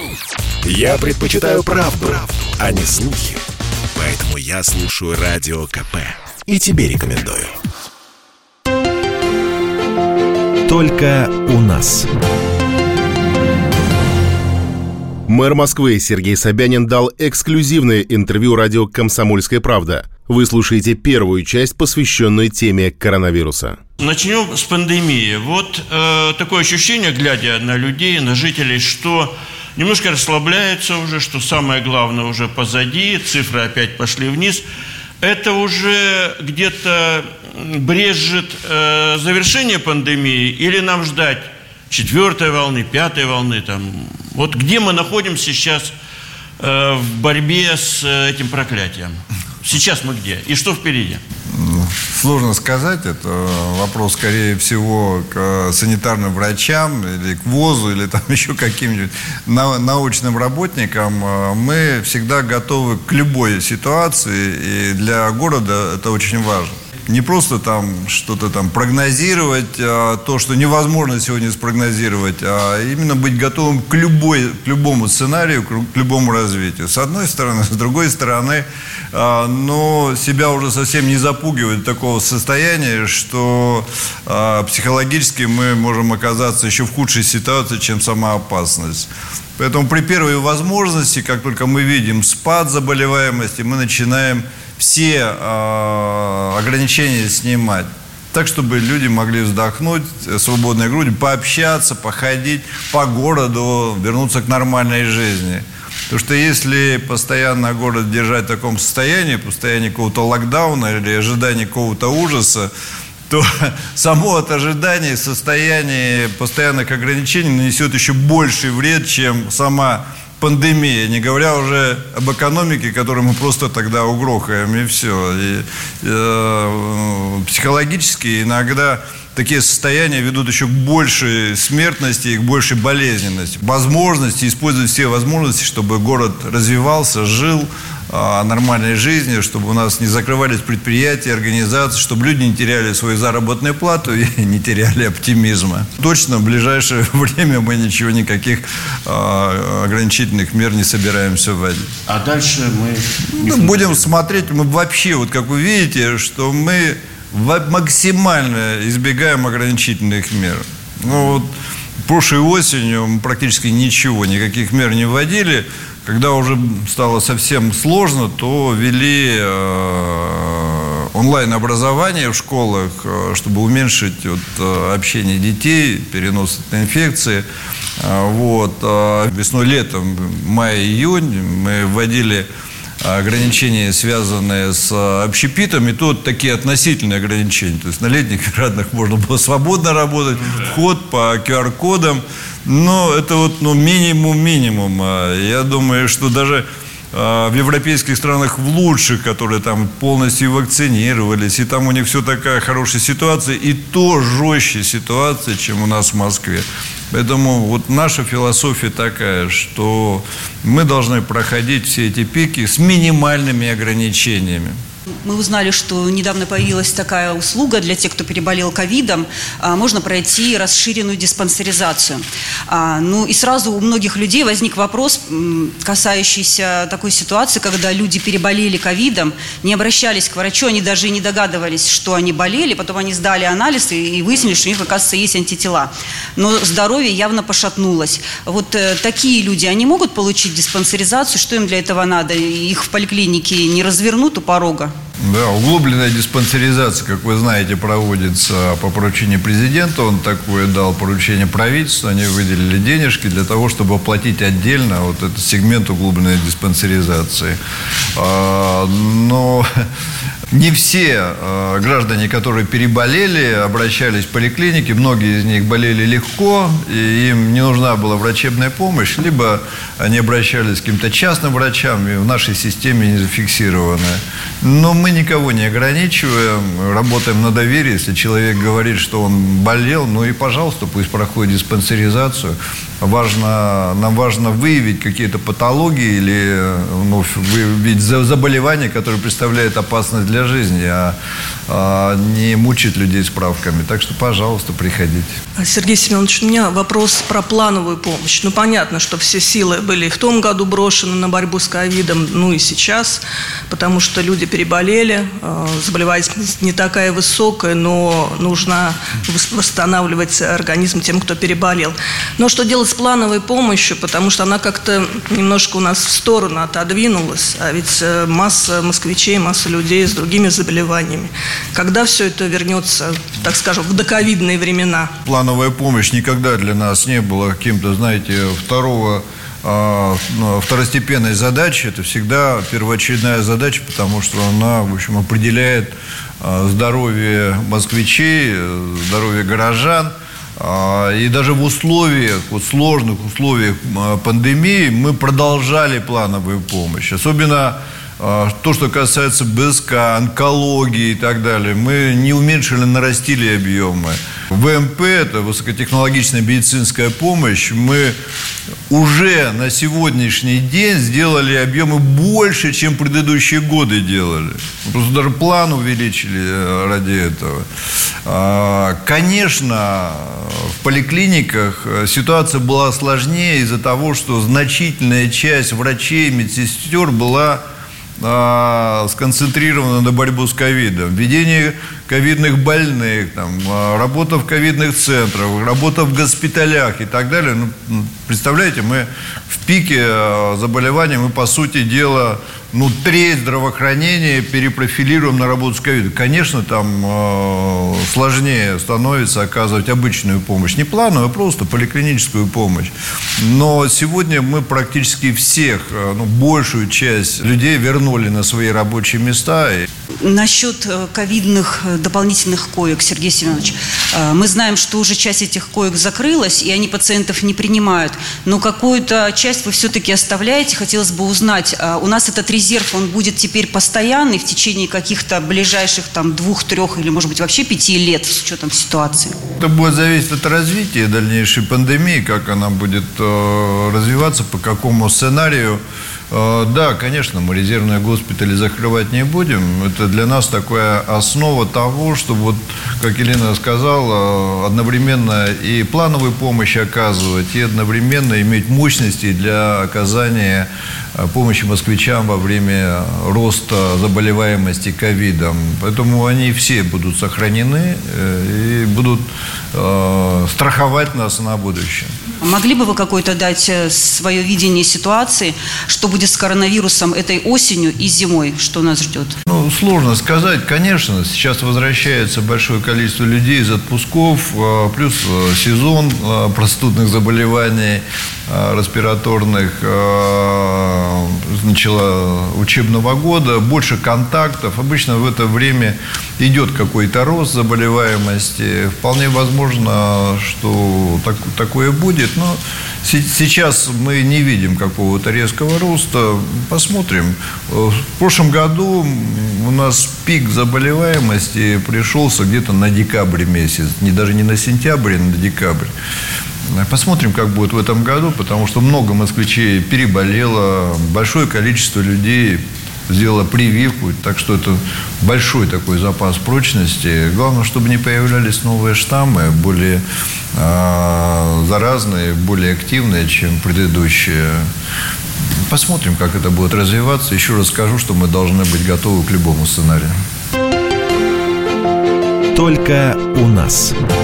Я предпочитаю правду, а не слухи. Поэтому я слушаю Радио КП. И тебе рекомендую. Только у нас. Мэр Москвы Сергей Собянин дал эксклюзивное интервью радио «Комсомольская правда». Вы слушаете первую часть, посвященную теме коронавируса. Начнем с пандемии. Вот такое ощущение, глядя на людей, на жителей, что немножко расслабляются уже, что самое главное уже позади, цифры опять пошли вниз. Это уже где-то брежет завершение пандемии или нам ждать 4-й волны, 5-й волны? Вот где мы находимся сейчас в борьбе с этим проклятием? Сейчас мы где? И что впереди? Сложно сказать. Это вопрос, скорее всего, к санитарным врачам или к ВОЗу, или там еще каким-нибудь научным работникам. Мы всегда готовы к любой ситуации, и для города это очень важно. Не просто там что-то там прогнозировать, то, что невозможно сегодня спрогнозировать, а именно быть готовым к любому сценарию, к любому развитию. С одной стороны, с другой стороны, но себя уже совсем не запугивать до такого состояния, что психологически мы можем оказаться еще в худшей ситуации, чем сама опасность. Поэтому при первой возможности, как только мы видим спад заболеваемости, мы начинаем все ограничения снимать, так, чтобы люди могли вздохнуть свободной грудью, пообщаться, походить по городу, вернуться к нормальной жизни. Потому что если постоянно город держать в таком состоянии, в состоянии какого-то локдауна или ожидания какого-то ужаса, то само от ожидания состояние постоянных ограничений нанесет еще больший вред, чем сама пандемия, не говоря уже об экономике, которую мы просто тогда угрохаем, и все. И психологически иногда такие состояния ведут еще к большей смертности и к большей болезненности. Возможности, использовать все возможности, чтобы город развивался, жил нормальной жизнью, чтобы у нас не закрывались предприятия, организации, чтобы люди не теряли свою заработную плату и не теряли оптимизма. Точно в ближайшее время мы никаких ограничительных мер не собираемся вводить. А дальше мы будем смотреть, мы вообще, вот как вы видите, что мы максимально избегаем ограничительных мер. Вот прошлой осенью мы практически никаких мер не вводили. Когда уже стало совсем сложно, то ввели онлайн-образование в школах, чтобы уменьшить общение детей, перенос этой инфекции. Весной-летом, май-июнь мы вводили ограничения, связанные с общепитом, и тут такие относительные ограничения. То есть на летних верандах можно было свободно работать, вход по QR-кодам. Но это минимум. Я думаю, что даже в европейских странах, в лучших, которые там полностью вакцинировались, и там у них все такая хорошая ситуация, и то жестче ситуация, чем у нас в Москве. Поэтому наша философия такая, что мы должны проходить все эти пики с минимальными ограничениями. Мы узнали, что недавно появилась такая услуга для тех, кто переболел ковидом. Можно пройти расширенную диспансеризацию. И сразу у многих людей возник вопрос, касающийся такой ситуации, когда люди переболели ковидом, не обращались к врачу, они даже и не догадывались, что они болели. Потом они сдали анализ и выяснили, что у них, оказывается, есть антитела. Но здоровье явно пошатнулось. Такие люди, они могут получить диспансеризацию? Что им для этого надо? Их в поликлинике не развернут у порога? Да, углубленная диспансеризация, как вы знаете, проводится по поручению президента. Он такое дал поручение правительству. Они выделили денежки для того, чтобы оплатить отдельно этот сегмент углубленной диспансеризации. Но не все граждане, которые переболели, обращались в поликлиники. Многие из них болели легко, и им не нужна была врачебная помощь. Либо они обращались к каким-то частным врачам, и в нашей системе не зафиксированы. Но мы никого не ограничиваем, работаем на доверии. Если человек говорит, что он болел, и, пожалуйста, пусть проходит диспансеризацию. нам важно выявить какие-то патологии или выявить заболевания, которые представляют опасность для жизни, а не мучить людей справками. Так что, пожалуйста, приходите. Сергей Семенович, у меня вопрос про плановую помощь. Понятно, что все силы были и в том году брошены на борьбу с ковидом, и сейчас, потому что люди переболели, заболеваемость не такая высокая, но нужно восстанавливать организм тем, кто переболел. Но что делать с плановой помощью, потому что она как-то немножко у нас в сторону отодвинулась, а ведь масса москвичей, масса людей с другими заболеваниями. Когда все это вернется, так скажем, в доковидные времена? Плановая помощь никогда для нас не была каким-то, второстепенной задачей. Это всегда первоочередная задача, потому что она, в общем, определяет здоровье москвичей, здоровье горожан. И даже в сложных условиях пандемии мы продолжали плановую помощь. Особенно то, что касается БСК, онкологии и так далее. Мы не уменьшили, нарастили объемы. ВМП, это высокотехнологичная медицинская помощь, мы уже на сегодняшний день сделали объемы больше, чем предыдущие годы делали. Мы просто даже план увеличили ради этого. Конечно, в поликлиниках ситуация была сложнее из-за того, что значительная часть врачей и медсестер была сконцентрирована на борьбу с ковидом. Введение ковидных больных, работа в ковидных центрах, работа в госпиталях и так далее. Представляете, мы в пике заболеваний, мы, по сути дела, треть здравоохранения перепрофилируем на работу с ковидом. Конечно, там сложнее становится оказывать обычную помощь. Не плановую, а просто поликлиническую помощь. Но сегодня мы практически всех, большую часть людей вернули на свои рабочие места. Насчет ковидных дополнительных коек, Сергей Семенович, мы знаем, что уже часть этих коек закрылась, и они пациентов не принимают. Но какую-то часть вы все-таки оставляете. Хотелось бы узнать, у нас этот резерв, он будет теперь постоянный в течение каких-то ближайших 2, 3 или, может быть, вообще 5 лет с учетом ситуации? Это будет зависеть от развития дальнейшей пандемии, как она будет развиваться, по какому сценарию. Да, конечно, мы резервные госпитали закрывать не будем. Это для нас такая основа того, чтобы, как Елена сказала, одновременно и плановую помощь оказывать, и одновременно иметь мощности для оказания помощи москвичам во время роста заболеваемости ковидом. Поэтому они все будут сохранены и будут страховать нас на будущее. Могли бы вы какое-то дать свое видение ситуации, что будет с коронавирусом этой осенью и зимой, что нас ждет? Сложно сказать. Конечно, сейчас возвращается большое количество людей из отпусков, плюс сезон простудных заболеваний, респираторных, с начала учебного года, больше контактов. Обычно в это время идет какой-то рост заболеваемости. Вполне возможно, что такое будет. Но сейчас мы не видим какого-то резкого роста. Посмотрим. В прошлом году у нас пик заболеваемости пришелся где-то на декабрь месяц. Даже не на сентябрь, а на декабрь. Посмотрим, как будет в этом году, потому что много москвичей переболело, большое количество людей сделало прививку, так что это большой такой запас прочности. Главное, чтобы не появлялись новые штаммы, более заразные, более активные, чем предыдущие. Посмотрим, как это будет развиваться. Еще раз скажу, что мы должны быть готовы к любому сценарию. Только у нас.